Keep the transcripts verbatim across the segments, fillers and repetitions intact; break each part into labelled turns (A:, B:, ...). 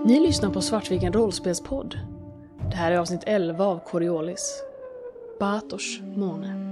A: Ni lyssnar på Svartviken rollspelspodd. Det här är avsnitt elva av Coriolis. Bators måne.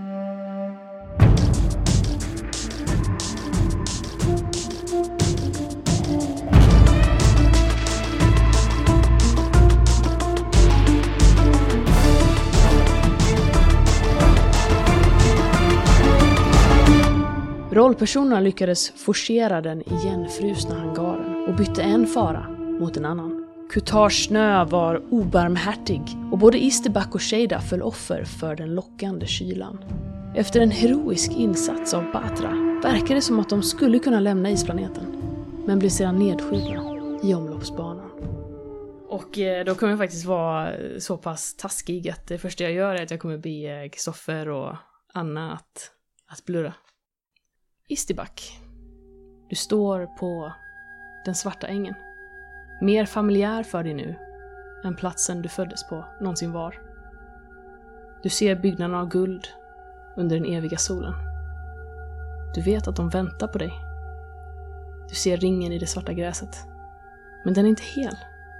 A: Rollpersonerna lyckades forcera den igenfrusna hangaren och bytte en fara mot en annan. Kutars snö var obarmhärtig och både Isterback och Shada föll offer för den lockande kylan. Efter en heroisk insats av Batra verkade det som att de skulle kunna lämna isplaneten, men blev sedan nedskjutna i omloppsbanan. Och då kommer jag faktiskt vara så pass taskig att det första jag gör är att jag kommer be Kristoffer och Anna att, att blurra. Isterback, du står på den svarta ängen. Mer familjär för dig nu än platsen du föddes på någonsin var. Du ser byggnaderna av guld under den eviga solen. Du vet att de väntar på dig. Du ser ringen i det svarta gräset. Men den är inte hel.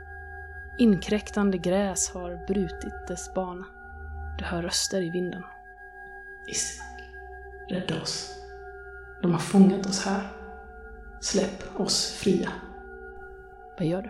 A: Inkräktande gräs har brutit dess bana. Du hör röster i vinden. Isterback, rädda oss. De har fångat oss här. Släpp oss fria. Vad gör du?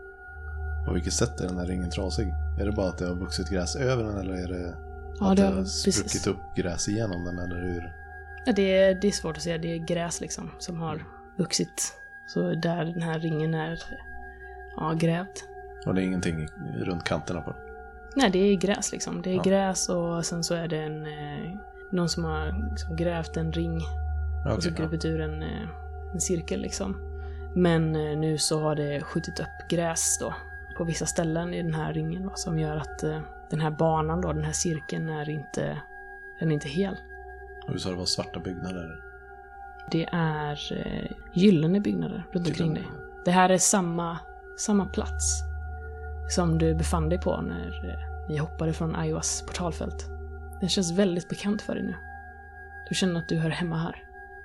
B: På vilket sätt är den här ringen trasig? Är det bara att det har vuxit gräs över den, eller är det
A: ja,
B: att
A: det
B: det
A: har
B: har
A: precis
B: spruckit upp gräs igenom den, eller hur?
A: Ja, det är, det är svårt att säga. Det är gräs liksom som har vuxit. Så där den här ringen är ja, grävd. Och
B: det är ingenting runt kanterna på den?
A: Nej, det är gräs liksom. Det är
B: ja.
A: gräs och sen så är det en, eh, någon som har liksom grävt en ring. Okay, och så grubbat ja. ur en, en cirkel liksom. Men nu så har det skjutit upp gräs då på vissa ställen i den här ringen då, som gör att uh, den här banan då, den här cirkeln är inte, den är inte hel.
B: Och hur sa det var svarta byggnader?
A: Det är uh, gyllene byggnader runt omkring dig. Det här är samma, samma plats som du befann dig på när uh, ni hoppade från Iowas portalfält. Den känns väldigt bekant för dig nu. Du känner att du hör hemma här.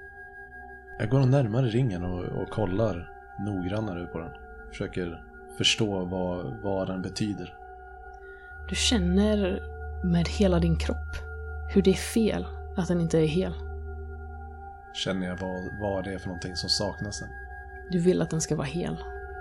B: Jag går närmare ringen och, och kollar noggrannare på den. Försöker förstå vad, vad den betyder.
A: Du känner med hela din kropp hur det är fel att den inte är hel.
B: Känner jag vad, vad det är för någonting som saknas den?
A: Du vill att den ska vara hel.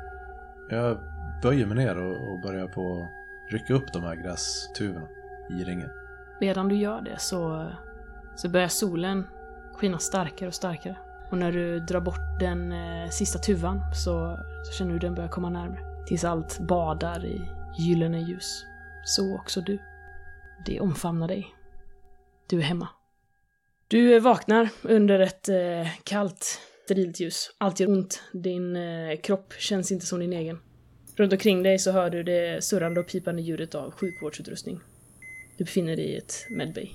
B: Jag böjer mig ner och, och börjar på rycka upp de här grästuvorna i ringen.
A: Medan du gör det så, så börjar solen skina starkare och starkare. Och när du drar bort den eh, sista tuvan så, så känner du den börjar komma närmare. Tills allt badar i gyllene ljus. Så också du. Det omfamnar dig. Du är hemma. Du vaknar under ett eh, kallt, sterilt ljus. Allt gör ont. Din eh, kropp känns inte som din egen. Runt omkring dig så hör du det surrande och pipande ljudet av sjukvårdsutrustning. Du befinner dig i ett medbay.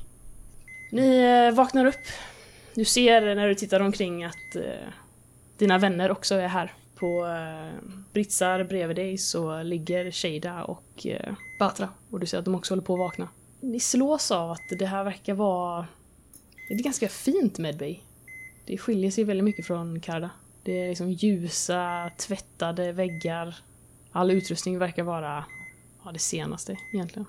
A: Ni eh, vaknar upp. Du ser när du tittar omkring att eh, dina vänner också är här. På eh, britsar bredvid dig så ligger Shada och eh, Batra. Och du ser att de också håller på att vakna. Ni slås av att det här verkar vara ett ganska fint medbay. Det skiljer sig väldigt mycket från Karda. Det är liksom ljusa, tvättade väggar. All utrustning verkar vara ja, det senaste egentligen.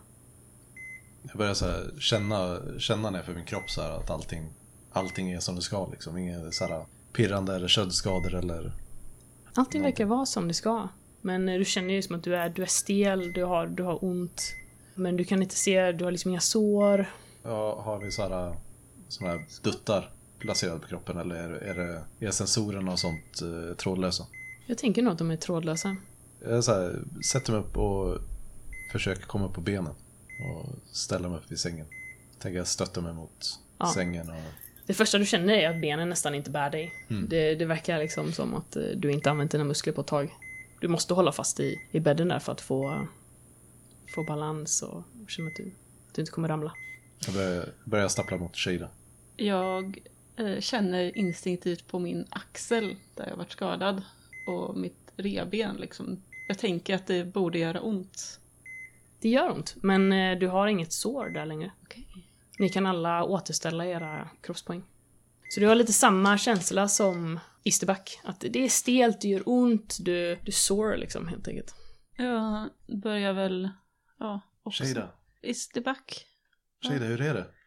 B: Jag börjar så här, känna, känna ner för min kropp så här, att allting... Allting är som det ska liksom. Inga så här pirrande eller köldskador eller...
A: Allting verkar vara som det ska. Men du känner ju som att du är, du är stel, du har, du har ont. Men du kan inte se, du har liksom inga sår.
B: Ja, har vi så här, såna här duttar placerade på kroppen? Eller är, är, det, är sensorerna och sånt eh, trådlösa?
A: Jag tänker nog att de är trådlösa.
B: Jag så här, sätter mig upp och försöker komma upp på benen. Och ställa mig upp vid sängen. Tänker jag stötta mig mot ja. sängen och...
A: Det första du känner är att benen nästan inte bär dig. Mm. Det, det verkar liksom som att du inte använt dina muskler på ett tag. Du måste hålla fast i, i bädden där för att få, få balans och känna att du, att du inte kommer ramla.
B: Jag börjar, börjar stappla mot Shada.
C: Jag eh, känner instinktivt på min axel där jag varit skadad. Och mitt revben liksom. Jag tänker att det borde göra ont.
A: Det gör ont, men eh, du har inget sår där längre.
C: Okej. Okay.
A: Ni kan alla återställa era kroppspoäng. Så du har lite samma känsla som Isterback. Att det är stelt, det gör ont, du, du sår liksom helt enkelt.
C: Jag börjar väl, ja, också.
B: Shada.
C: Isterback.
B: Shada, hur är det?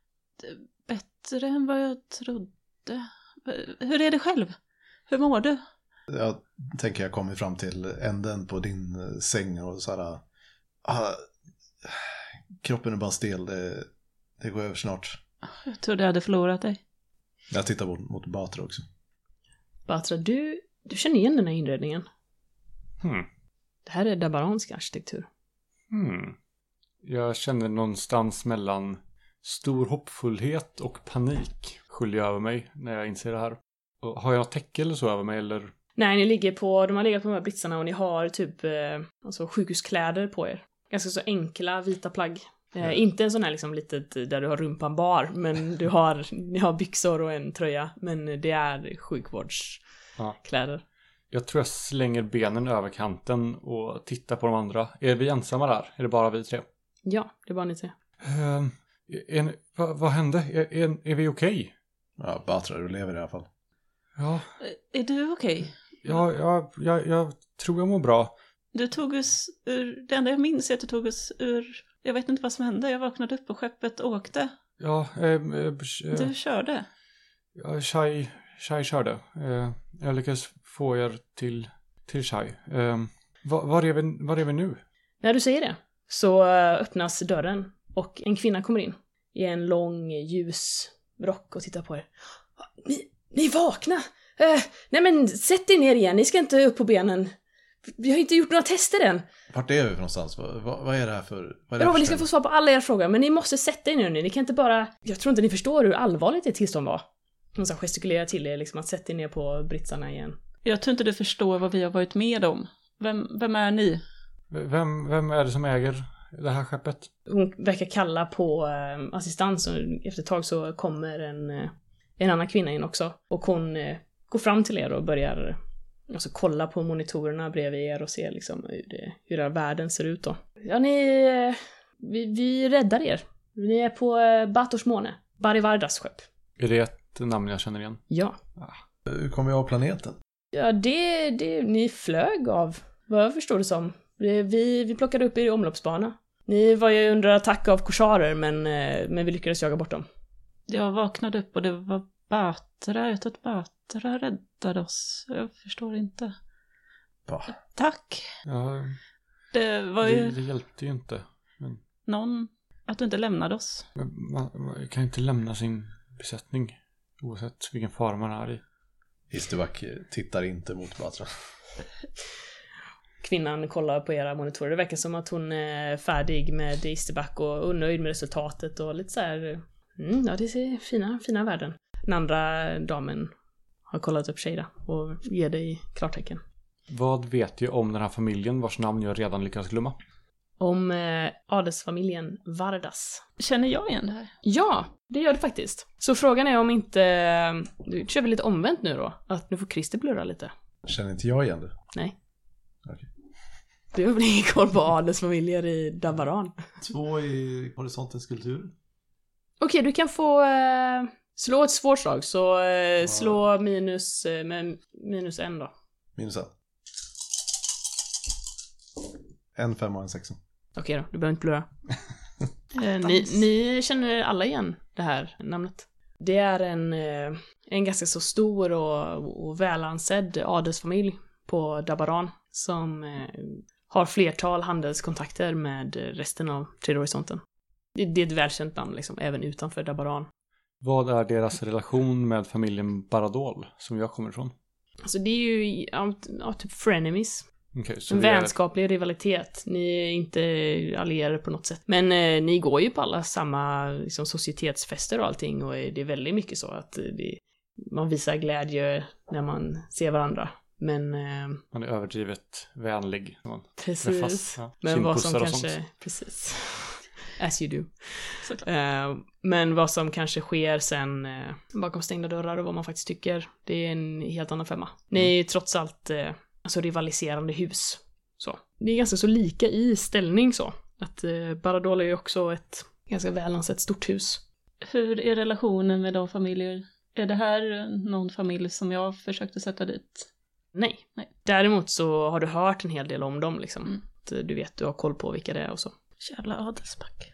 C: Bättre än vad jag trodde. Hur är det själv? Hur mår du?
B: Jag tänker jag kommer fram till änden på din säng och så här. Ah, kroppen är bara stel, det, det går över snart.
C: Jag trodde jag hade förlorat dig.
B: Jag tittar mot, mot Batra också.
A: Batra, du, du känner igen den här inredningen.
D: Hmm.
A: Det här är dabaransk arkitektur.
D: Hmm. Jag känner någonstans mellan stor hoppfullhet och panik sköljer över mig när jag inser det här. Och har jag täcke eller så över mig eller?
A: Nej, ni ligger på, de har legat på de här britsarna och ni har typ eh, alltså sjukhuskläder på er. Ganska så enkla vita plagg. Eh, mm. Inte en sån här liksom litet där du har rumpan bar, men du har, ni har byxor och en tröja. Men det är sjukvårdskläder. Ja.
D: Jag tror jag slänger benen över kanten och tittar på de andra. Är vi ensamma där? Är det bara vi tre?
A: Ja, det är bara ni tre.
D: Uh, är, vad, vad hände? Är, är, är vi okej? Okay?
B: Ja, Batra, du lever i alla fall.
D: Ja.
C: Är du okej? Okay?
D: Ja, ja, jag, jag tror jag mår bra.
C: Du tog oss ur, det enda jag minns är att du tog oss ur, jag vet inte vad som hände. Jag vaknade upp och skeppet åkte.
D: Ja, eh, eh,
C: du körde.
D: Ja, Shai, Shai körde. Eh, jag lyckades få er till, till Shai. Eh, var, var, är vi, var är vi nu?
A: När du säger det så öppnas dörren och en kvinna kommer in i en lång ljus rock och tittar på er. Ni, ni vakna! Uh, nej men sätt er ner igen, ni ska inte upp på benen. Vi har inte gjort några tester än.
B: Vart är vi för någonstans? Vad, vad, vad är det här för... Vad är
A: Robin, ni ska få svar på alla era frågor, men ni måste sätta er ner nu. Ni kan inte bara... Jag tror inte ni förstår hur allvarligt det tillstånd var. De ska gestikulera till er, liksom, att sätta er ner på britsarna igen. Jag tror inte du förstår vad vi har varit med om. Vem, vem är ni?
D: Vem, vem är det som äger det här skeppet?
A: Hon verkar kalla på eh, assistans och efter ett tag så kommer en, eh, en annan kvinna in också. Och hon eh, går fram till er och börjar alltså, kolla på monitorerna bredvid er och se liksom, hur, det, hur världen ser ut då. Ja, ni... Eh, vi, vi räddar er. Ni är på eh, Bators måne. Barivardas skepp.
D: Är det ett namn jag känner igen?
A: Ja.
B: Ah. Hur kommer jag av planeten?
A: Ja, det, det... Ni flög av. Vad jag förstår det som. Vi, vi plockade upp er i omloppsbana. Ni var ju under attack av korsarer, men, men vi lyckades jaga bort dem. Jag vaknade upp och det var Batra. Jag tror att Batra räddade oss. Jag förstår inte.
B: Bah.
A: Tack.
D: Ja,
A: det var ju...
D: Det, det hjälpte ju inte. Men...
A: Någon... Att du inte lämnade oss.
D: Men man, man kan inte lämna sin besättning. Oavsett vilken fara man är i.
B: Isterback tittar inte mot Batra.
A: Kvinnan kollar på era monitorer. Det verkar som att hon är färdig med Isterback och nöjd med resultatet och lite så här. Mm, ja, det ser fina, fina värden. Den andra damen har kollat upp Shada och ger dig klartecken.
D: Vad vet jag om den här familjen vars namn jag redan lyckats glömma?
A: Om eh, adelsfamiljen Vardas. Känner jag igen det här? Ja, det gör det faktiskt. Så frågan är om inte... Du kör väl lite omvänt nu då? Att nu får Christer blurra lite.
B: Känner inte jag igen det?
A: Nej.
B: Okej.
A: Du har väl ingen koll på adelsfamiljer i Dabaran?
B: Två i horisontens kultur.
A: Okej, du kan få eh, slå ett svårt slag. Så eh, ja. slå minus, eh, med minus en då.
B: Minus en. En fem och en sexa.
A: Okej då, du behöver inte blurra. eh, ni, ni känner alla igen det här namnet. Det är en, eh, en ganska så stor och, och välansedd adelsfamilj på Dabaran som eh, har flertal handelskontakter med resten av Tredje horisonten. Det, det är ett välkänt namn liksom, även utanför Dabaran.
D: Vad är deras relation med familjen Baradol som jag kommer ifrån?
A: Alltså det är ju ja, ja, typ frenemies.
D: Okay, så
A: en
D: det
A: vänskaplig är... rivalitet. Ni är inte allierade på något sätt. Men eh, ni går ju på alla samma liksom, societetsfester och allting. Och det är väldigt mycket så att det, man visar glädje när man ser varandra. Men... Eh,
D: man är överdrivet vänlig. Man
A: precis.
D: Träffas, ja,
A: men vad som kanske... Sånt. Precis. As you do. Uh, men vad som kanske sker sen uh, bakom stängda dörrar och vad man faktiskt tycker, det är en helt annan femma. Ni är ju trots allt uh, alltså rivaliserande hus. Så. Det är ganska så lika i ställning så. Att uh, Baradol är ju också ett ganska välansett stort hus. Hur är relationen med de familjer
C: Är det här någon familj som jag försökte sätta dit?
A: Nej.
C: Nej.
A: Däremot så har du hört en hel del om dem liksom.
C: Mm.
A: Du vet, du har koll på vilka det är och så.
C: Jävla adelsback.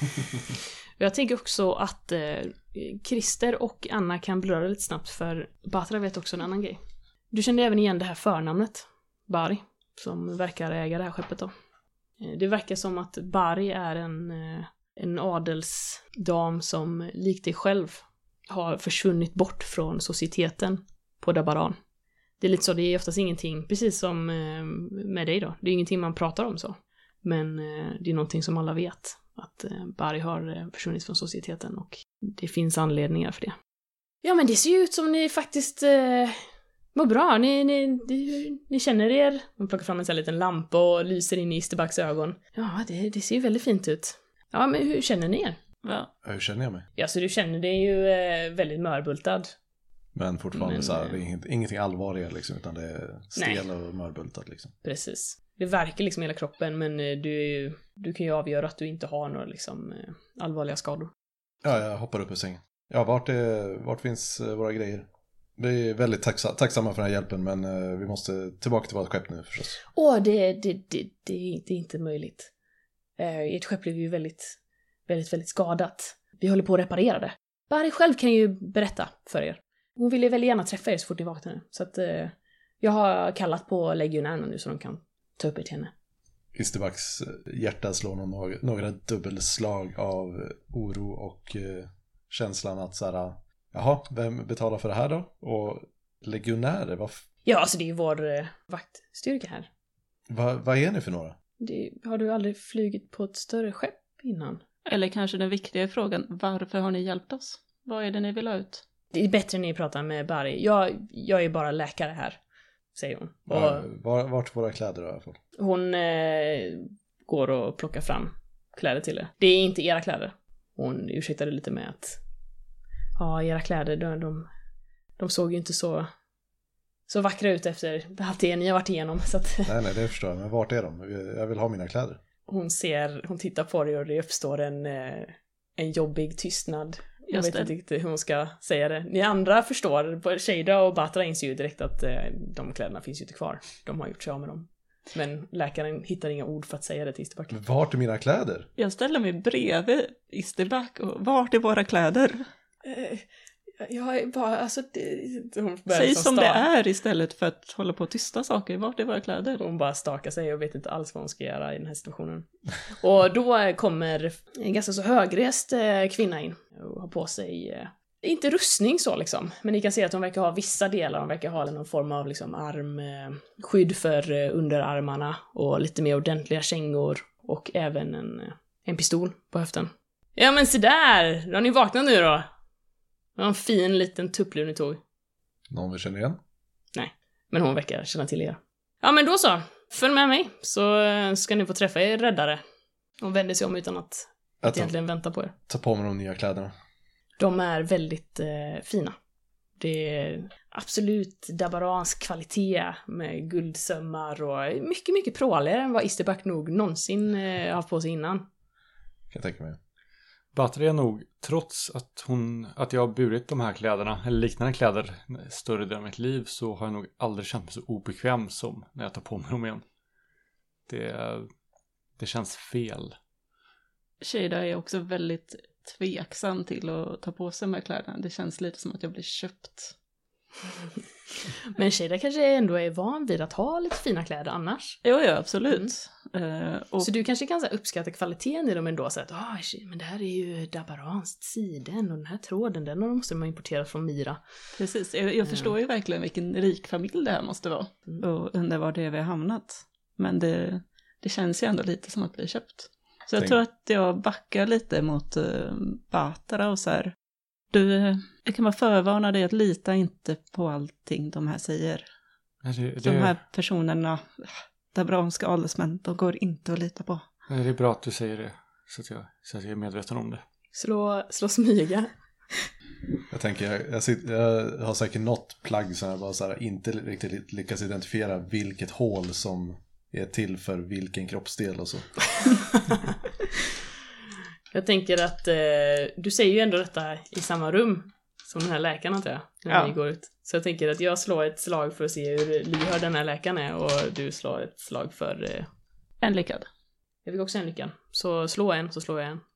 A: Jag tänker också att eh, Christer och Anna kan blurra lite snabbt, för Batra vet också en annan grej. Du kände även igen det här förnamnet, Bari, som verkar äga det här skeppet då. Eh, det verkar som att Bari är en, eh, en adelsdam som likt dig själv har försvunnit bort från societeten på Dabaran. Det är lite så, det är oftast ingenting, precis som eh, med dig då. Det är ingenting man pratar om så. Men eh, det är någonting som alla vet. Att eh, Bari har eh, försvunnit från societeten och det finns anledningar för det. Ja, men det ser ju ut som ni faktiskt eh, mår bra. Ni, ni, ni, ni känner er. Man plockar fram en sån här liten lampa och lyser in i Isterbacks ögon. Ja, det, det ser ju väldigt fint ut. Ja, men hur känner ni er?
C: Ja.
B: Hur känner jag mig?
A: Ja, så du känner dig ju eh, väldigt mörbultad.
B: Men fortfarande
A: Men,
B: så här, det är inget, ingenting allvarligt liksom, utan det är stel
A: nej.
B: och mörbultat liksom.
A: Precis. Det verkar liksom hela kroppen, men eh, du, är ju, du kan ju avgöra att du inte har några liksom, eh, allvarliga skador.
B: Ja, jag hoppar upp ur sängen. Ja, vart, är, vart finns eh, våra grejer? Vi är väldigt tacksa, tacksamma för den här hjälpen, men eh, vi måste tillbaka till vårt skepp nu förstås.
A: Åh, det, det, det, det, det är inte möjligt. Eh, ert skepp blev ju väldigt, väldigt, väldigt skadat. Vi håller på att reparera det. Bari själv kan ju berätta för er. Hon ville väldigt gärna träffa er så fort ni vaknar nu. Så att eh, jag har kallat på legionärerna nu så de kan ta upp er till henne.
B: Isterbacks hjärta slår några, några dubbelslag av oro och eh, känslan att så här, jaha, vem betalar för det här då? Och legionärer, vad, f-
A: Ja, alltså det är ju vår eh, vaktstyrka här.
B: vad, vad är ni för några?
A: Det, har du aldrig flugit på ett större skepp innan?
C: Eller kanske den viktiga frågan, varför har ni hjälpt oss? Vad är det ni vill ha ut?
A: Det är bättre när ni pratar med Bari. Jag, jag är bara läkare här, säger hon.
B: Var,
A: Och
B: var, vart våra kläder då i alla fall?
A: hon eh, går och plockar fram kläder till er. Det är inte era kläder. Hon ursäktade lite med att ja, era kläder, de, de, de såg ju inte så, så vackra ut efter allt det ni har varit igenom. Så att
B: Nej, nej, det förstår jag. Men vart är de? Jag vill ha mina kläder.
A: hon ser, hon tittar på dig och det uppstår en, eh, en jobbig tystnad. Jag
C: Just
A: vet
C: det.
A: inte riktigt hur hon ska säga det. Ni andra förstår, Sheida och Batra inser ju direkt att eh, de kläderna finns ju inte kvar. De har gjort sig av med dem. Men läkaren hittar inga ord för att säga det till Isterback.
B: Men vart är mina kläder?
C: Jag ställer mig bredvid Isterback och vart är våra kläder?
A: Eh, jag är bara, alltså det, hon börjar
C: Säg
A: liksom
C: som
A: sta-
C: det är istället för att hålla på och tysta saker. Vart är våra kläder?
A: Hon bara stakar sig och vet inte alls vad hon ska göra i den här situationen. Och då kommer en ganska så högrest eh, kvinna in och har på sig, eh, inte rustning så liksom, men ni kan se att hon verkar ha vissa delar, hon verkar ha någon form av liksom armskydd eh, för eh, underarmarna och lite mer ordentliga kängor och även en, eh, en pistol på höften. Ja men se där, har ni vaknat nu då? Det var en fin liten tupplur ni tog.
B: Någon vi känner igen?
A: Men hon verkar känna till er. Ja men då så, följ med mig så eh, ska ni få träffa er räddare. Hon vänder sig om utan att,
B: Jag
A: att
B: tar,
A: egentligen vänta på er.
B: tar på mig de nya kläderna.
A: De är väldigt eh, fina. Det är absolut dabaransk kvalitet med guldsömmar och mycket, mycket pråligare än vad Isterback nog någonsin eh, haft på sig innan.
B: Kan jag tänka mig.
D: Batra är nog, trots att, hon, att jag har burit de här kläderna, eller liknande kläder, större del av mitt liv, så har jag nog aldrig känt mig så obekväm som när jag tar på mig dem igen. Det, det känns fel.
C: Sheida är också väldigt tveksam till att ta på sig de här kläderna. Det känns lite som att jag blir köpt.
A: Men Sheida kanske ändå är van vid att ha lite fina kläder annars.
C: Jo, ja, absolut. Mm. Uh, och
A: Så du kanske kan så här, uppskatta kvaliteten i dem ändå. Så att, ah, shit, men det här är ju dabaranskt siden och den här tråden, den måste man importera från Mira.
C: precis, jag, jag förstår ju verkligen vilken rik familj det här måste vara.
A: Mm.
C: Och undrar var det är vi har hamnat. Men det, det känns ju ändå lite som att bli köpt. Så jag
B: Tänk.
C: tror att jag backar lite mot uh, Batra och så här. Du, jag kan vara förvarna dig att lita inte på allting de här säger.
D: Det, det,
C: De här personerna, dabranska adelsmän, de går inte att lita på.
D: det är bra att du säger det, så att jag, så att jag är medveten om det.
A: Slå, slå smyga.
B: Jag tänker, jag, jag, sitter, jag har säkert något plagg som jag bara så här, inte riktigt lyckas identifiera vilket hål som är till för vilken kroppsdel och så.
A: Jag tänker att eh, du säger ju ändå detta i samma rum. Som den här läkaren antar jag, när
C: Ja.
A: vi går ut. Så jag tänker att jag slår ett slag för att se hur lyhörd den här läkaren är och du slår ett slag för... Eh...
C: En lyckad.
A: Jag fick också en lyckan. Så slå en, så slår jag en.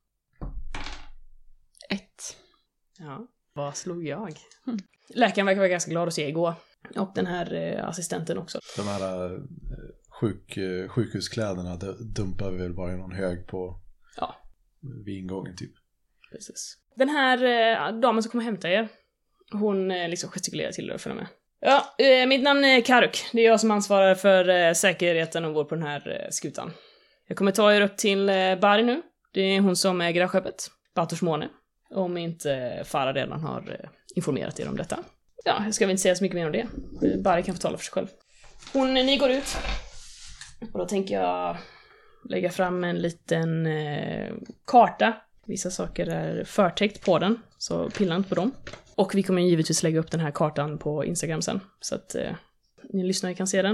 C: Ett.
A: Ja, vad slog jag?
C: Mm.
A: Läkaren verkar vara ganska glad att se igår. Och den här eh, assistenten också.
B: De här eh, sjuk, eh, sjukhuskläderna d- dumpar vi väl bara i någon hög på
A: Ja.
B: vid ingången typ.
A: Precis. Den här eh, damen som kommer hämta er, hon eh, liksom gestikulerar till er och följer med. Ja, eh, mitt namn är Karuk. Det är jag som ansvarar för eh, säkerheten ombord på den här eh, skutan. Jag kommer ta er upp till eh, Bari nu. Det är hon som äger skeppet. Bators Måne. Om inte Farah redan har eh, informerat er om detta. Ja, jag ska väl inte säga så mycket mer om det. Bari kan få tala för sig själv. Hon, ni går ut. Och då tänker jag lägga fram en liten eh, karta. Vissa saker är förtäckt på den, så pilla inte på dem. Och vi kommer givetvis lägga upp den här kartan på Instagram sen, så att eh, ni lyssnare kan se den.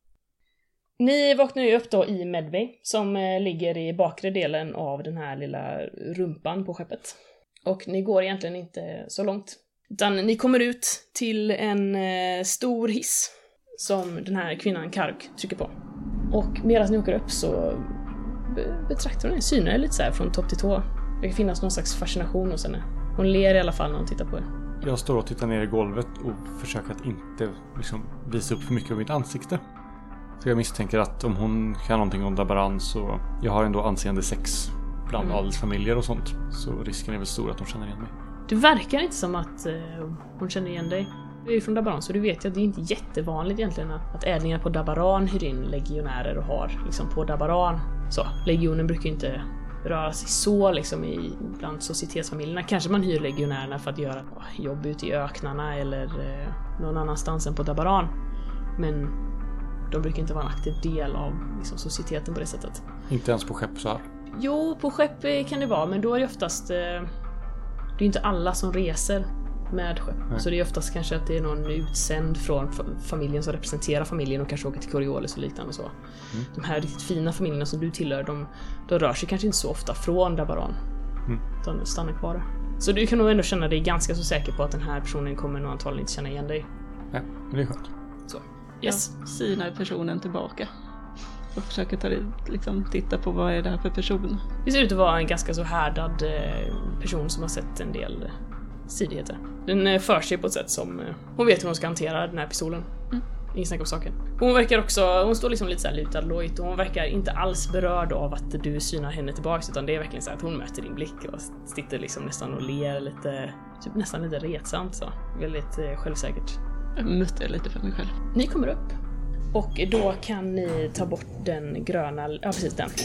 A: Ni vaknar ju upp då i Medway, som eh, ligger i bakre delen av den här lilla rumpan på skeppet. Och ni går egentligen inte så långt. Utan ni kommer ut till en eh, stor hiss som den här kvinnan Karuk trycker på. Och medan ni åker upp så be- betraktar hon er, synar er lite så här från topp till tå. Det kan finnas någon slags fascination hos henne. Hon ler i alla fall när hon tittar på er.
D: Jag står och tittar ner i golvet och försöker att inte liksom visa upp för mycket av mitt ansikte. För jag misstänker att om hon kan någonting om Dabaran så... Jag har ändå anseende sex bland
A: Mm.
D: adelsfamiljer och sånt. Så risken är väl stor att de känner igen mig.
A: Det verkar inte som att eh, hon känner igen dig. Du är ju från Dabaran, så du vet ju att det är inte jättevanligt egentligen att, att ädlingar på Dabaran hyr in legionärer och har liksom på Dabaran. Så, legionen brukar ju inte röra sig så liksom i bland societetsfamiljerna. Kanske man hyr legionärerna för att göra åh, jobb ute i öknarna eller eh, någon annanstans än på Dabaran. Men de brukar inte vara en aktiv del av liksom, societeten på det sättet.
D: Inte ens på skepp så här.
A: Jo, på skepp eh, kan det vara, men då är det oftast... Eh, det är ju inte alla som reser med skepp.
D: Nej.
A: Så det är oftast kanske att det är någon utsänd från fa- familjen som representerar familjen och kanske åker till Coriolis och liknande och så.
D: Mm.
A: De här riktigt fina familjerna som du tillhör, de, de rör sig kanske inte så ofta från Dabaran.
D: Mm.
A: Utan de stannar kvar där. Så du kan nog ändå känna dig ganska så säker på att den här personen kommer nog antagligen inte känna igen dig.
D: Ja, men det är skönt.
A: Så. Yes.
C: Jag synar personen tillbaka. Och försöker ta, liksom, titta på vad är det här för person.
A: Det ser ut att vara en ganska så härdad eh, person som har sett en del eh, stridigheter. Den eh, för sig på ett sätt som eh, hon vet hur hon ska hantera den här pistolen.
C: Mm.
A: Ingen snack om saken. Hon verkar också, hon står liksom lite så här lutad lojt och hon verkar inte alls berörd av att du synar henne tillbaks, utan det är verkligen så att hon möter din blick och sitter liksom nästan och ler lite, typ nästan lite retsamt så. Väldigt eh, självsäkert.
C: Jag muttrar lite för mig själv.
A: Ni kommer upp och då kan ni ta bort den gröna, ja precis den.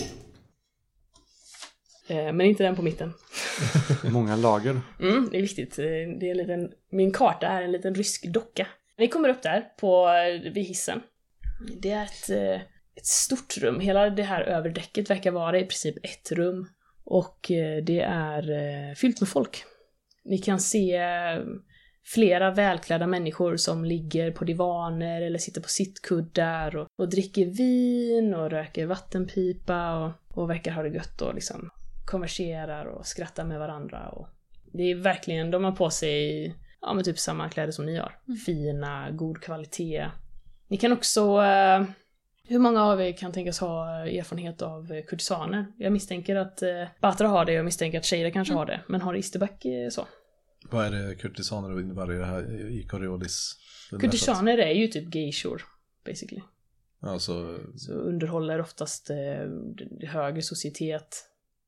A: Eh, men inte den på mitten.
D: Många lager.
A: Mm, det är viktigt. Eh, Det är en liten, min karta är en liten rysk docka. Ni kommer upp där på, vid hissen. Det är ett, eh, ett stort rum. Hela det här överdäcket verkar vara i princip ett rum. Och eh, det är eh, fyllt med folk. Ni kan se eh, flera välklädda människor som ligger på divaner eller sitter på sittkuddar och, och dricker vin och röker vattenpipa och, och verkar ha det gött och liksom konverserar och skrattar med varandra. Och det är verkligen, de har på sig ja, men typ samma kläder som ni har.
C: Mm.
A: Fina, god kvalitet. Ni kan också... Eh, hur många av er kan tänkas ha erfarenhet av eh, kurtisaner? Jag misstänker att eh, Batra har det och jag misstänker att Sheira kanske
C: Mm.
A: har det. Men har Isterback eh, så?
B: Vad är det kurtisaner och innebär i det här i Coriolis?
A: Kurtisaner är ju typ geishor, basically.
B: Alltså,
A: Så underhåller oftast eh, det högre societet.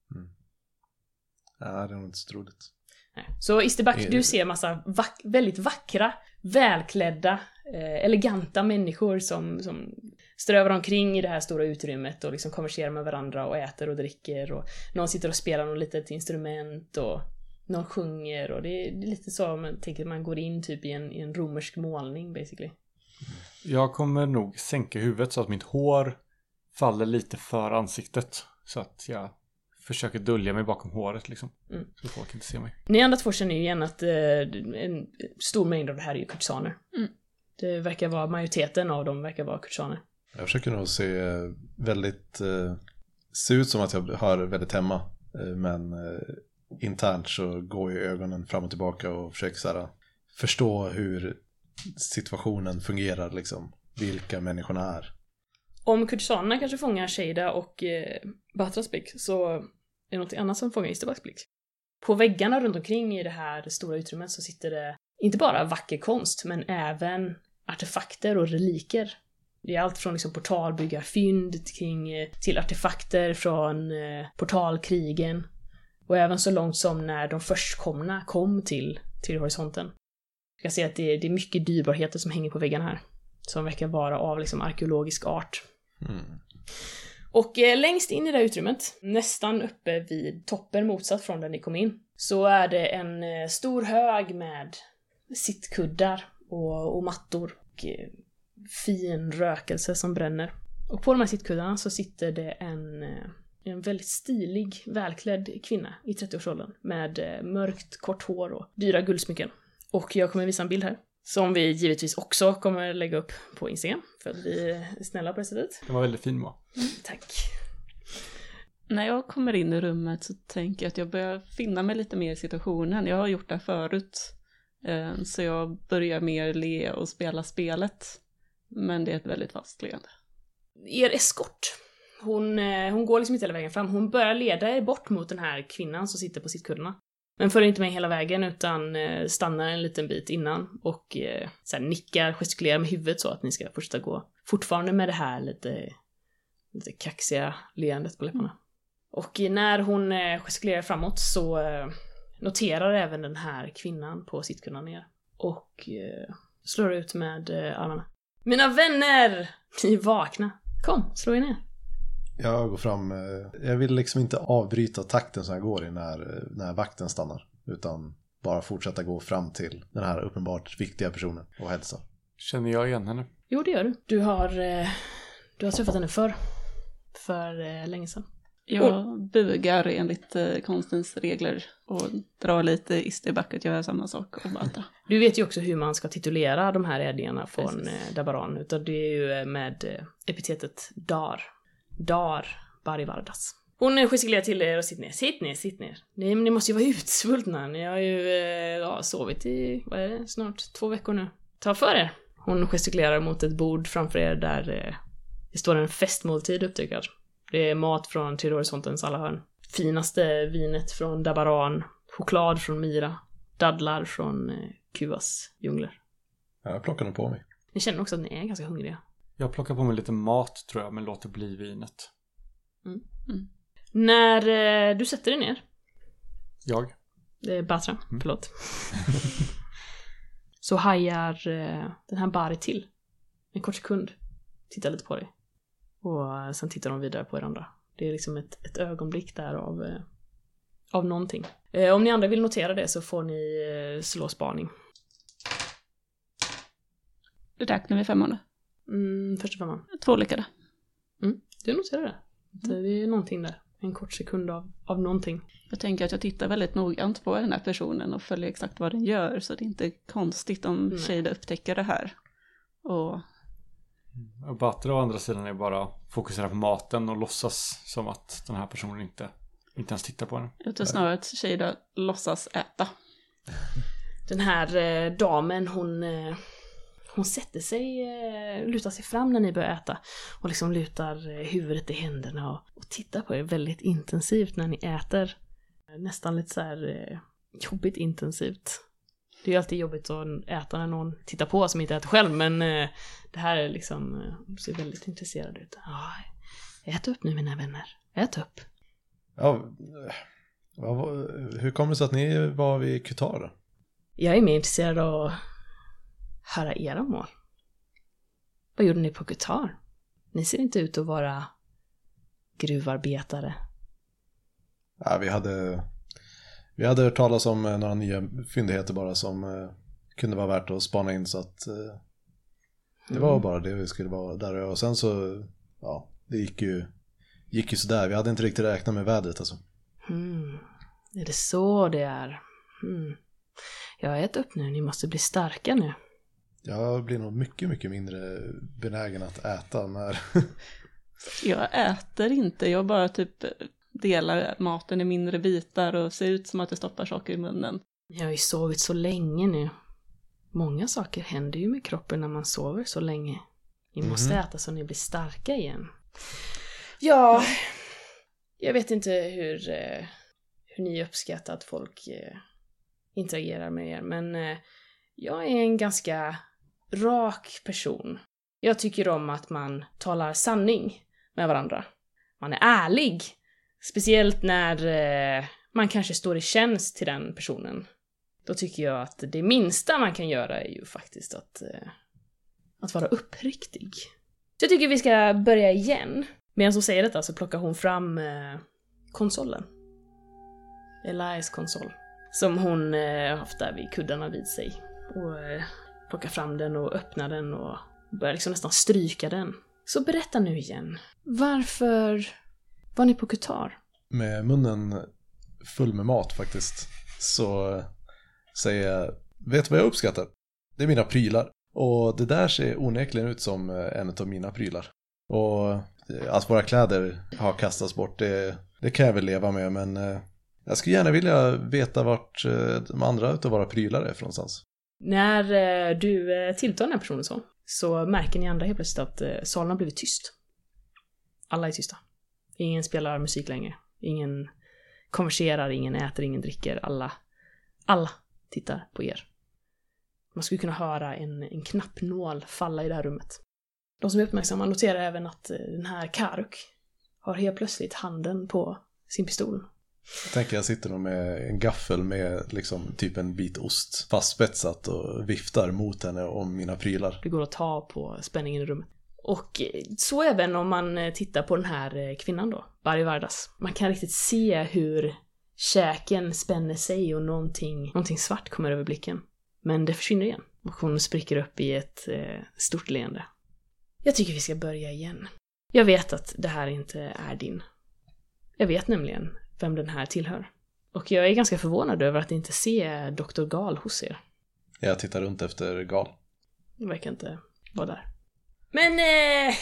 B: ja, det är nog inte så troligt.
A: Nej. Så Isterback,
B: Är
A: du
B: det-
A: ser massa vack- väldigt vackra, välklädda, eh, eleganta människor som, som strövar omkring i det här stora utrymmet och liksom konverserar med varandra och äter och dricker och någon sitter och spelar något litet instrument och någon sjunger och det är, det är lite så man tänker att man går in typ i en, i en romersk målning basically.
D: Jag kommer nog sänka huvudet så att mitt hår faller lite för ansiktet. Så att jag försöker dölja mig bakom håret liksom.
A: Mm.
D: Så folk inte ser mig.
A: Ni andra två känner ju igen att eh, en stor mängd av det här är ju kurtisaner.
C: Mm.
A: Det verkar vara, majoriteten av dem verkar vara kurtisaner.
B: Jag försöker nog se väldigt... Eh, se ut som att jag hör väldigt hemma. Eh, men eh, internt så går ju ögonen fram och tillbaka och försöker så här, förstå hur situationen fungerar liksom. Vilka människorna är.
A: Om kurtisanerna kanske fångar Shada och eh, Batras blick så är det något annat som fångar Isterbaks blick. På väggarna runt omkring i det här stora utrymmet så sitter det inte bara vacker konst men även artefakter och reliker. Det är allt från liksom portalbyggarfynd kring, till artefakter från eh, portalkrigen och även så långt som när de förstkomna kom till, till horisonten. Jag kan se att det är, det är mycket dyrbarheter som hänger på väggarna här som verkar vara av liksom arkeologisk art.
B: Mm.
A: Och eh, längst in i det här utrymmet, nästan uppe vid toppen motsatt från där ni kom in, så är det en eh, stor hög med sittkuddar och, och mattor och eh, fin rökelse som bränner. Och på de här sittkuddarna så sitter det en, eh, en väldigt stilig, välklädd kvinna i trettioårsåldern med eh, mörkt kort hår och dyra guldsmycken. Och jag kommer visa en bild här. Som vi givetvis också kommer lägga upp på Instagram. För att vi är snälla på det sättet.
D: Det var väldigt fin, Moa.
A: Mm, tack.
C: När jag kommer in i rummet så tänker jag att jag börjar finna mig lite mer i situationen. Jag har gjort det förut. Så jag börjar mer le och spela spelet. Men det är ett väldigt fast leende.
A: Er eskort. Hon, hon går liksom inte hela vägen fram. Hon börjar leda er bort mot den här kvinnan som sitter på sittkuddarna. Men följer inte med hela vägen utan eh, stannar en liten bit innan och eh, så här nickar, gestikulerar med huvudet så att ni ska fortsätta gå. Fortfarande med det här lite, lite kaxiga leendet på läpparna. Mm. Och när hon eh, gestikulerar framåt så eh, noterar även den här kvinnan på sittkuddarna ner. Och eh, slår ut med eh, armarna. Mina vänner! Ni är vakna. Kom, slå er ner.
B: Jag går fram, jag vill liksom inte avbryta takten som jag går i när, när vakten stannar. Utan bara fortsätta gå fram till den här uppenbart viktiga personen och hälsa.
D: Känner jag igen henne?
A: Jo, det gör du. Du har, du har träffat henne förr. För länge sedan.
C: Jag bugar enligt konstens regler och drar lite Isterback att göra samma sak och Batra.
A: Du vet ju också hur man ska titulera de här ädlingarna från Precis. Dabaran. Utan det är ju med epitetet Dar. Dar Barivardas. Hon gestikulerar till er och sitter ner. Sitt ner, sitt ner. Ni, ni måste ju vara utsvultna. Ni har ju eh, ja, sovit i, vad är det, snart två veckor nu. Ta för er. Hon gestikulerar mot ett bord framför er där eh, det står en festmåltid upptyckad. Det är mat från till horisontens alla hörn. Finaste vinet från Dabaran. Choklad från Mira. Dadlar från eh, Kuas djungler.
B: Jag plockar nog på mig.
A: Ni känner också att ni är ganska hungriga.
D: Jag plockar på mig lite mat tror jag, men låter bli vinet.
A: Mm. Mm. När eh, du sätter dig ner.
D: Jag?
A: Det är Batra, mm. förlåt. Så hajar eh, den här Bari till. En kort sekund. Tittar lite på dig. Och sen tittar de vidare på er andra. Det är liksom ett, ett ögonblick där av, eh, av någonting. Eh, om ni andra vill notera det så får ni eh, slå spaning.
C: Det räknar vi femman.
A: Mm, första femman.
C: Två lyckade.
A: Mm, du noterar det. Mm. Det är någonting där. En kort sekund av, av någonting.
C: Jag tänker att jag tittar väldigt noggrant på den här personen och följer exakt vad den gör. Så det är inte konstigt om Shada upptäcker det här. Och...
D: och Batra å andra sidan är bara fokusera på maten och låtsas som att den här personen inte, inte ens tittar på henne.
C: Jag tror snarare att Shada låtsas äta.
A: Den här eh, damen, hon... Eh... Hon sätter sig, lutar sig fram när ni börjar äta och liksom lutar huvudet i händerna och, och tittar på er väldigt intensivt när ni äter. Nästan lite så här jobbigt intensivt. Det är ju alltid jobbigt att äta när någon tittar på som inte äter själv, men det här är liksom, ser väldigt intresserad ut. Ja, ät upp nu mina vänner, ät upp.
B: Ja, hur kommer det sig att ni var vid Kutar då?
A: Jag är mer intresserad av höra era mål. Vad gjorde ni på Kutar? Ni ser inte ut att vara gruvarbetare.
B: Ja, vi hade vi hade hört talas om några nya fyndigheter bara som eh, kunde vara värt att spana in så att eh, det var mm. bara det vi skulle vara där och sen så ja, det gick ju gick ju sådär. Vi hade inte riktigt räknat med vädret alltså.
A: Mm. Är det så det är? Mm. Jag har ätit upp nu, ni måste bli starka nu.
B: Jag blir nog mycket, mycket mindre benägen att äta när...
C: Jag äter inte, jag bara typ dela maten i mindre bitar och se ut som att det stoppar saker i munnen.
A: Jag har ju sovit så länge nu. Många saker händer ju med kroppen när man sover så länge. Ni måste mm. äta så ni blir starka igen. Ja, jag vet inte hur, eh, hur ni uppskattar att folk eh, interagerar med er. Men eh, jag är en ganska rak person. Jag tycker om att man talar sanning med varandra. Man är ärlig. Speciellt när eh, man kanske står i tjänst till den personen. Då tycker jag att det minsta man kan göra är ju faktiskt att, eh, att vara uppriktig. Så jag tycker vi ska börja igen. Medan hon säger detta så plockar hon fram eh, konsolen. Elias konsol. Som hon eh, haft där vid kuddarna vid sig. Och eh, plockar fram den och öppnar den och börjar liksom nästan stryka den. Så berätta nu igen. Varför var ni på Qatar?
B: Med munnen full med mat faktiskt. Så säger jag, vet du vad jag uppskattar? Det är mina prylar. Och det där ser onekligen ut som en av mina prylar. Och att våra kläder har kastats bort, det, det kan jag väl leva med. Men jag skulle gärna vilja veta vart de andra av våra prylar är någonstans.
A: När du tilltar den här personen så, så märker ni andra helt plötsligt att salen har blivit tyst. Alla är tysta. Ingen spelar musik längre. Ingen konverserar, ingen äter, ingen dricker. Alla, alla tittar på er. Man skulle kunna höra en, en knappnål falla i det här rummet. De som är uppmärksamma noterar även att den här Karuk har helt plötsligt handen på sin pistol.
B: Jag tänker jag sitter nog med en gaffel med liksom typ en bit ost fastspetsat och viftar mot henne om mina prylar.
A: Det går att ta på spänningen i rummet. Och så även om man tittar på den här kvinnan då, Barry Vardas. Man kan riktigt se hur käken spänner sig och någonting, någonting svart kommer över blicken. Men det försvinner igen och hon spricker upp i ett eh, stort leende. Jag tycker vi ska börja igen. Jag vet att det här inte är din. Jag vet nämligen vem den här tillhör. Och jag är ganska förvånad över att inte se doktor Gal hos er.
B: Jag tittar runt efter Gal.
A: Det verkar inte vara där. Men eh,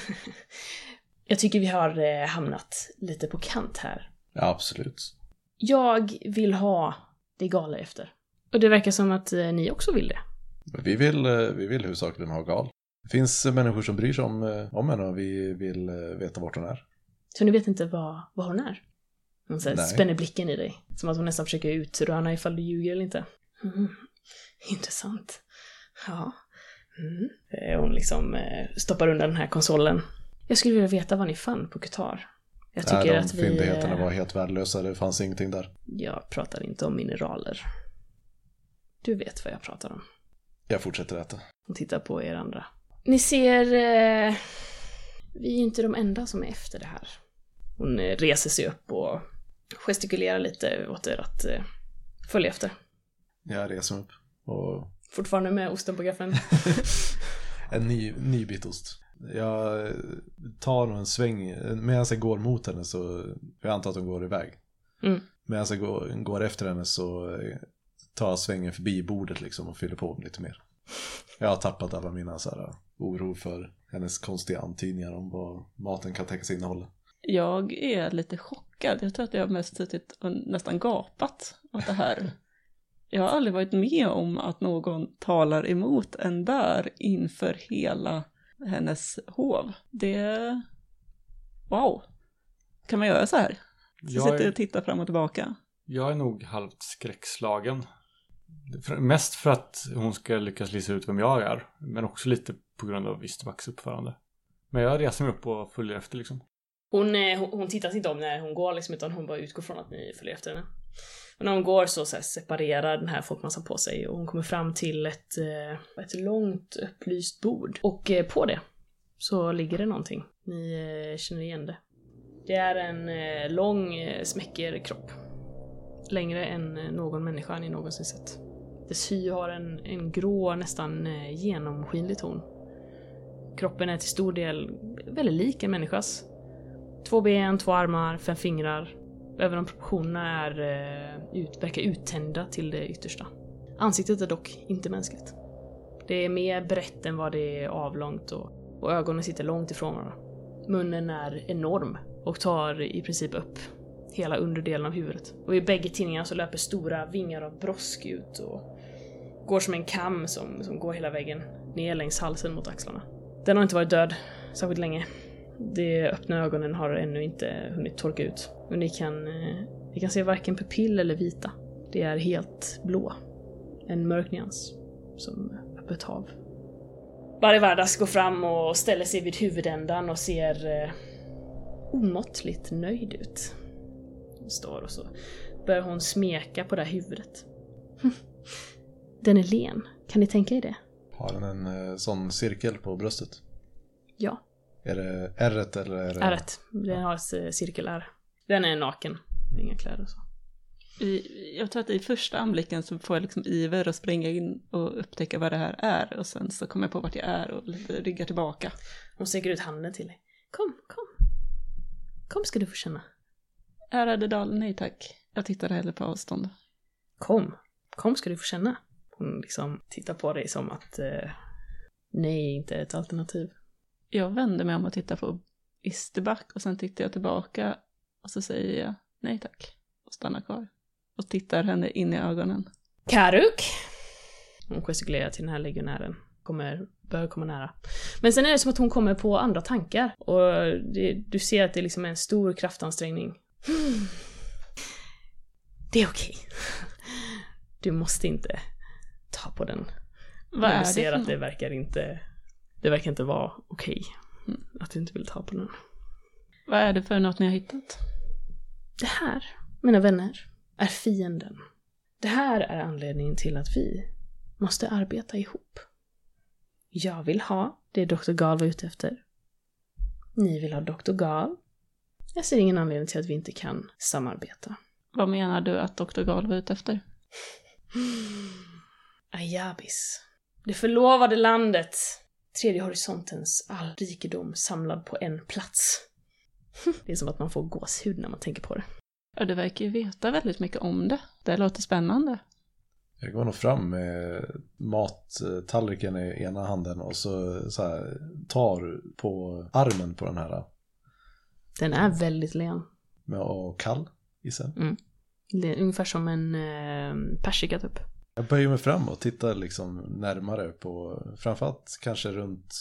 A: jag tycker vi har eh, hamnat lite på kant här.
B: Ja, absolut.
A: Jag vill ha det Gal efter. Och det verkar som att eh, ni också vill det.
B: Vi vill, eh, vi vill huvudsakligen ha Gal. Det finns människor som bryr sig om, eh, om henne och vi vill eh, veta vart hon är.
A: Så ni vet inte vad, vad hon är? Hon så här, spänner blicken i dig. Som att hon nästan försöker utröna ifall du ljuger eller inte. Mm. Intressant. Ja. Mm. Hon liksom eh, stoppar undan den här konsolen. Jag skulle vilja veta vad ni fann på Qatar. Jag tycker
B: Nej, de
A: att vi...
B: fyndigheterna var helt värdelösa. Det fanns ingenting där.
A: Jag pratar inte om mineraler. Du vet vad jag pratar om.
B: Jag fortsätter äta.
A: Hon tittar på er andra. Ni ser... Eh, vi är inte de enda som är efter det här. Hon eh, reser sig upp och gestikulerar lite åt er att eh, följa efter.
B: Jag reser upp och...
A: Fortfarande med osten på gaffeln.
B: en ny, ny bit ost. Jag tar nog en sväng. Medan jag går mot henne så... Jag antar att hon går iväg.
A: Mm.
B: Medan jag går, går efter henne så tar jag svängen förbi bordet liksom och fyller på lite mer. Jag har tappat alla mina så här, oro för hennes konstiga antydningar om vad maten kan tänkas innehålla.
C: Jag är lite chockad. Jag tror att jag har mest suttit och nästan gapat åt det här. Jag har aldrig varit med om att någon talar emot en där inför hela hennes hov. Det... Wow. Kan man göra så här? Så
D: jag
C: sitter
D: är...
C: och tittar fram och tillbaka.
D: Jag är nog halvt skräckslagen. Mest för att hon ska lyckas lista ut vem jag är. Men också lite på grund av Isterbacks uppförande. Men jag reser mig upp och följer efter liksom.
A: Hon, hon, hon tittar inte om när hon går liksom, utan hon bara utgår från att ni följer efter henne. Och när hon går så, så här, separerar den här folkmassan på sig och hon kommer fram till ett, ett långt upplyst bord. Och på det så ligger det någonting. Ni känner igen det. Det är en lång smäcker kropp. Längre än någon människa ni någonsin sett. Dess hy har en, en grå, nästan genomskinlig ton. Kroppen är till stor del väldigt lik en människas. Två ben, två armar, fem fingrar. Även om proportionerna är, ut, verkar uttända till det yttersta. Ansiktet är dock inte mänskligt. Det är mer brett än vad det är avlångt och, och ögonen sitter långt ifrån varandra. Munnen är enorm och tar i princip upp hela underdelen av huvudet. Och i bägge tinningarna så löper stora vingar av brosk ut och går som en kam som, som går hela vägen ner längs halsen mot axlarna. Den har inte varit död särskilt länge. De öppna ögonen har ännu inte hunnit torka ut. Och ni kan, ni kan se varken pupill eller vita. Det är helt blå. En mörk nyans som öppet hav. Barry Vardas går fram och ställer sig vid huvudändan och ser eh, omåttligt nöjd ut. Hon står och så börjar hon smeka på det här huvudet. Den är len. Kan ni tänka er det?
B: Har den en eh, sån cirkel på bröstet?
A: Ja.
B: Är det ärret eller är det...
A: Ärret. Den har ett cirkel-ärr. Den är naken. Inga kläder och så.
C: I, jag tror att i första anblicken så får jag liksom iver att springa in och upptäcka vad det här är. Och sen så kommer jag på vart jag är och ryggar tillbaka.
A: Hon sträcker ut handen till dig. Kom, kom. Kom ska du få känna.
C: Ärade Dal, nej tack. Jag tittar hellre på avstånd.
A: Kom. Kom ska du få känna. Hon liksom tittar på dig som att eh, nej, inte ett alternativ.
C: Jag vänder mig om och tittar på Isterback och sen tittar jag tillbaka och så säger jag nej tack och stannar kvar och tittar henne in i ögonen.
A: Karuk! Hon gestikulerar till den här legionären. Kommer, börjar komma nära. Men sen är det som att hon kommer på andra tankar och det, du ser att det liksom är en stor kraftansträngning. Det är okej. Du måste inte ta på den.
C: Vad är
A: du
C: det
A: ser
C: för
A: att det verkar inte det verkar inte vara okej
C: mm.
A: att du inte vill ta på den.
C: Vad är det för något ni har hittat?
A: Det här, mina vänner, är fienden. Det här är anledningen till att vi måste arbeta ihop. Jag vill ha det doktor Gal var ute efter. Ni vill ha doktor Gal. Jag ser ingen anledning till att vi inte kan samarbeta.
C: Vad menar du att doktor Gal var ute efter?
A: Ayabis. Det förlovade landet. Tredje horisontens all rikedom samlad på en plats. Det är som att man får gåshud när man tänker på det.
C: Ja, du verkar ju veta väldigt mycket om det. Det låter spännande.
B: Jag går nog fram med mattallriken i ena handen och så, så här, tar på armen på den här.
A: Den är väldigt len.
B: Med och kall i sen.
A: Mm. Det är ungefär som en eh, persika typ.
B: Jag böjer mig fram och tittar liksom närmare på, framförallt kanske runt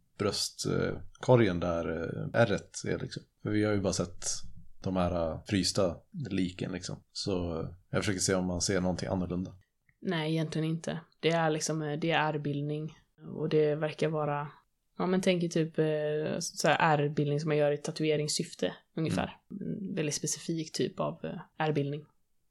B: bröstkorgen där ärret är liksom. För vi har ju bara sett de här frysta liken liksom. Så jag försöker se om man ser någonting annorlunda.
A: Nej, egentligen inte. Det är liksom, det är ärrbildning. Och det verkar vara, ja men tänk typ så här ärrbildning som man gör i tatueringssyfte ungefär. Mm. En väldigt specifik typ av ärrbildning.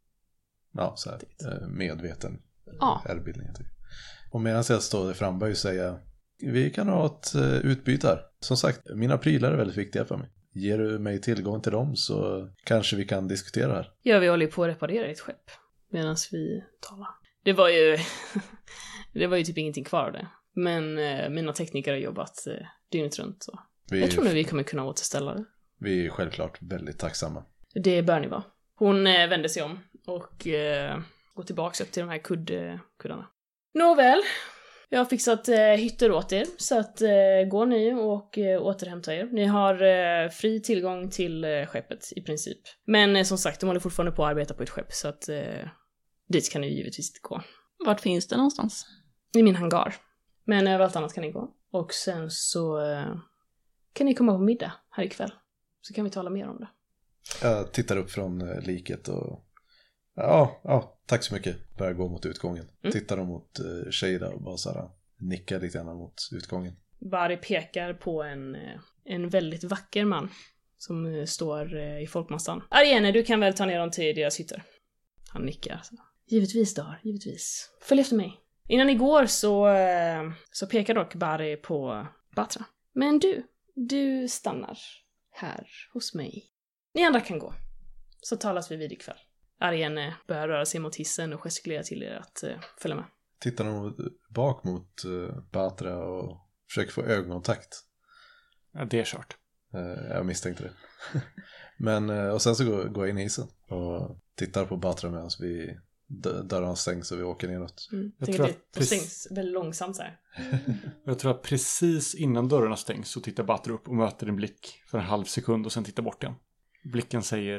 B: Ja, så här medveten
A: ja.
B: Ärrbildning typ. Och medan jag står där fram bör jag säga, vi kan ha ett utbyte här. Som sagt, mina prylar är väldigt viktiga för mig. Ger du mig tillgång till dem så kanske vi kan diskutera här.
A: Ja, vi håller på att reparera ett skepp medan vi talar. Det var ju det var ju typ ingenting kvar av det. Men eh, mina tekniker har jobbat eh, dygnet runt så. Vi, jag tror nog vi kommer kunna återställa det.
B: Vi är självklart väldigt tacksamma.
A: Det bör ni vara. Hon eh, vänder sig om och eh, går tillbaka upp till de här kudd, kuddarna. Nåväl, jag har fixat eh, hytter åt er så att eh, gå ni och eh, återhämta er. Ni har eh, fri tillgång till eh, skeppet i princip. Men eh, som sagt, de håller fortfarande på att arbeta på ett skepp så att eh, dit kan ni givetvis inte gå.
C: Vart finns det någonstans?
A: I min hangar. Men överallt annat kan ni gå. Och sen så eh, kan ni komma på middag här ikväll. Så kan vi tala mer om det.
B: Jag tittar upp från eh, liket och ja, ja, tack så mycket. Börjar gå mot utgången. Mm. Tittar de mot eh, Shada och bara så här, nickar lite grann mot utgången.
A: Barry pekar på en, en väldigt vacker man som eh, står eh, i folkmassan. Ariane, du kan väl ta ner dem till deras hytter. Han nickar. Så. Givetvis då, givetvis. Följ efter mig. Innan ni går så, eh, så pekar dock Barry på Batra. Men du, du stannar här hos mig. Ni andra kan gå. Så talas vi vid ikväll. Ariane börjar röra sig mot hissen och gestikulerar till er att uh, följa med.
B: Tittar nog bak mot uh, Batra och försöker få ögonkontakt.
D: Ja, det är kört.
B: Uh, jag misstänkte det. Men, uh, och sen så går, går jag in i hissen och tittar på Batra medan vi d- dörrarna stängs och vi åker neråt.
A: Mm. Jag tänker att det precis... stängs väldigt långsamt så här.
D: Jag tror att precis innan dörrarna stängs så tittar Batra upp och möter en blick för en halv sekund och sen tittar bort igen. Blicken säger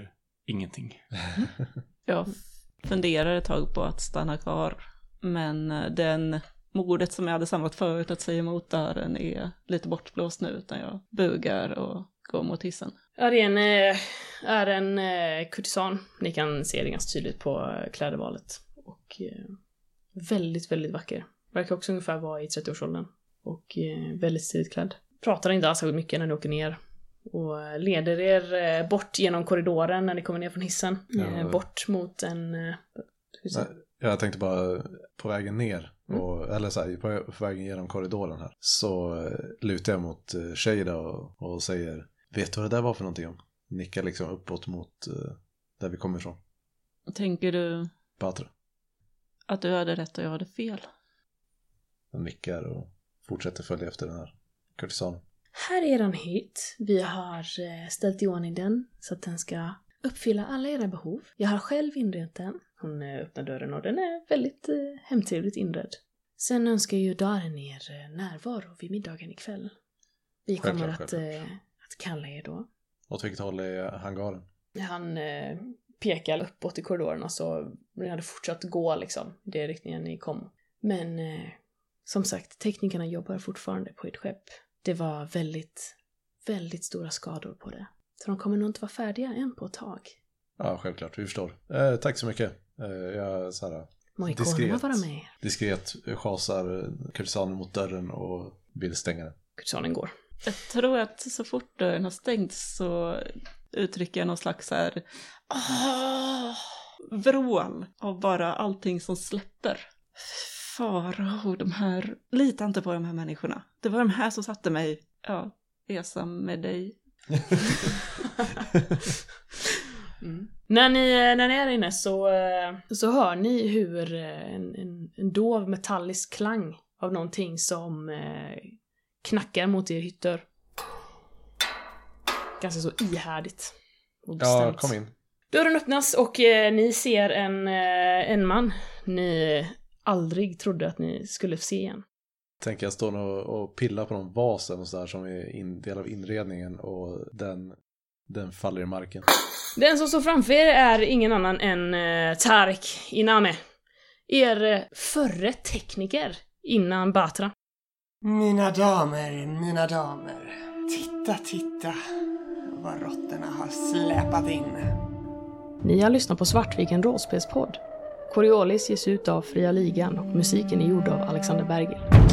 D: ingenting.
C: Jag funderar ett tag på att stanna kvar. Men den modet som jag hade samlat förut att säga emot dörren är lite bortblåst nu. Utan jag bugar och går mot hissen.
A: Ja, det är en, är en eh, kurtisan. Ni kan se det ganska tydligt på klädervalet. Och eh, väldigt, väldigt vacker. Verkar också ungefär vara i trettioårsåldern. Och eh, väldigt stiligt klädd. Pratar inte alls så mycket när ni åker ner. Och leder er eh, bort genom korridoren när ni kommer ner från hissen.
B: Ja.
A: Eh, bort mot en... Eh,
B: Nej, jag tänkte bara på vägen ner. Och, mm. Eller så här, på, på vägen genom korridoren här. Så eh, lutar jag mot eh, Shada och, och säger... Vet du vad det där var för någonting om? Nickar liksom uppåt mot eh, där vi kommer ifrån.
C: Tänker du...
B: Batra.
C: Att du hade rätt och jag hade fel?
B: Jag nickar och fortsätter följa efter den här kurtisanen.
A: Här är eran hytt. Vi har ställt i ordning den så att den ska uppfylla alla era behov. Jag har själv inrett den. Hon öppnar dörren och den är väldigt eh, hemtrevligt inredd. Sen önskar ju Daren er närvaro vid middagen ikväll. Vi kommer självklart, att, självklart. Eh, att kalla er då.
B: Åt vilket håll är hangaren?
A: Han eh, pekar uppåt i korridorerna så ni hade fortsatt gå liksom i det riktningen ni kom. Men eh, som sagt, teknikerna jobbar fortfarande på ett skepp. Det var väldigt, väldigt stora skador på det. Så de kommer nog inte vara färdiga än på ett tag.
B: Ja, självklart. Vi förstår. Eh, tack så mycket. Eh, jag så här, diskret,
A: vara med.
B: diskret chasar kurtisanen mot dörren och vill stänga den.
A: Kurtisanen går.
C: Jag tror att så fort dörren har stängts så uttrycker jag någon slags så här åh, vrål av bara allting som släpper. Farao, de här, lita inte på de här människorna. Det var de här som satte mig, ja, ensam med dig.
A: mm. När ni, när ni är inne så, så hör ni hur en, en, en dov metallisk klang av någonting som eh, knackar mot er hytter. Ganska så ihärdigt och bestämt.
B: Ja, kom in.
A: Dörren öppnas och eh, ni ser en, eh, en man ni aldrig trodde att ni skulle se igen.
B: Tänker jag stå och, och pilla på någon vasen och så där som är in, del av inredningen och den, den faller i marken.
A: Den som står framför er är ingen annan än eh, Tarek Iname. Er eh, förre tekniker innan Batra.
E: Mina damer, mina damer. Titta, titta vad råttorna har släpat in.
A: Ni har lyssnat på Svartviken rollspelspodd. Coriolis ges ut av Fria Ligan och musiken är gjord av Alexander Bergil.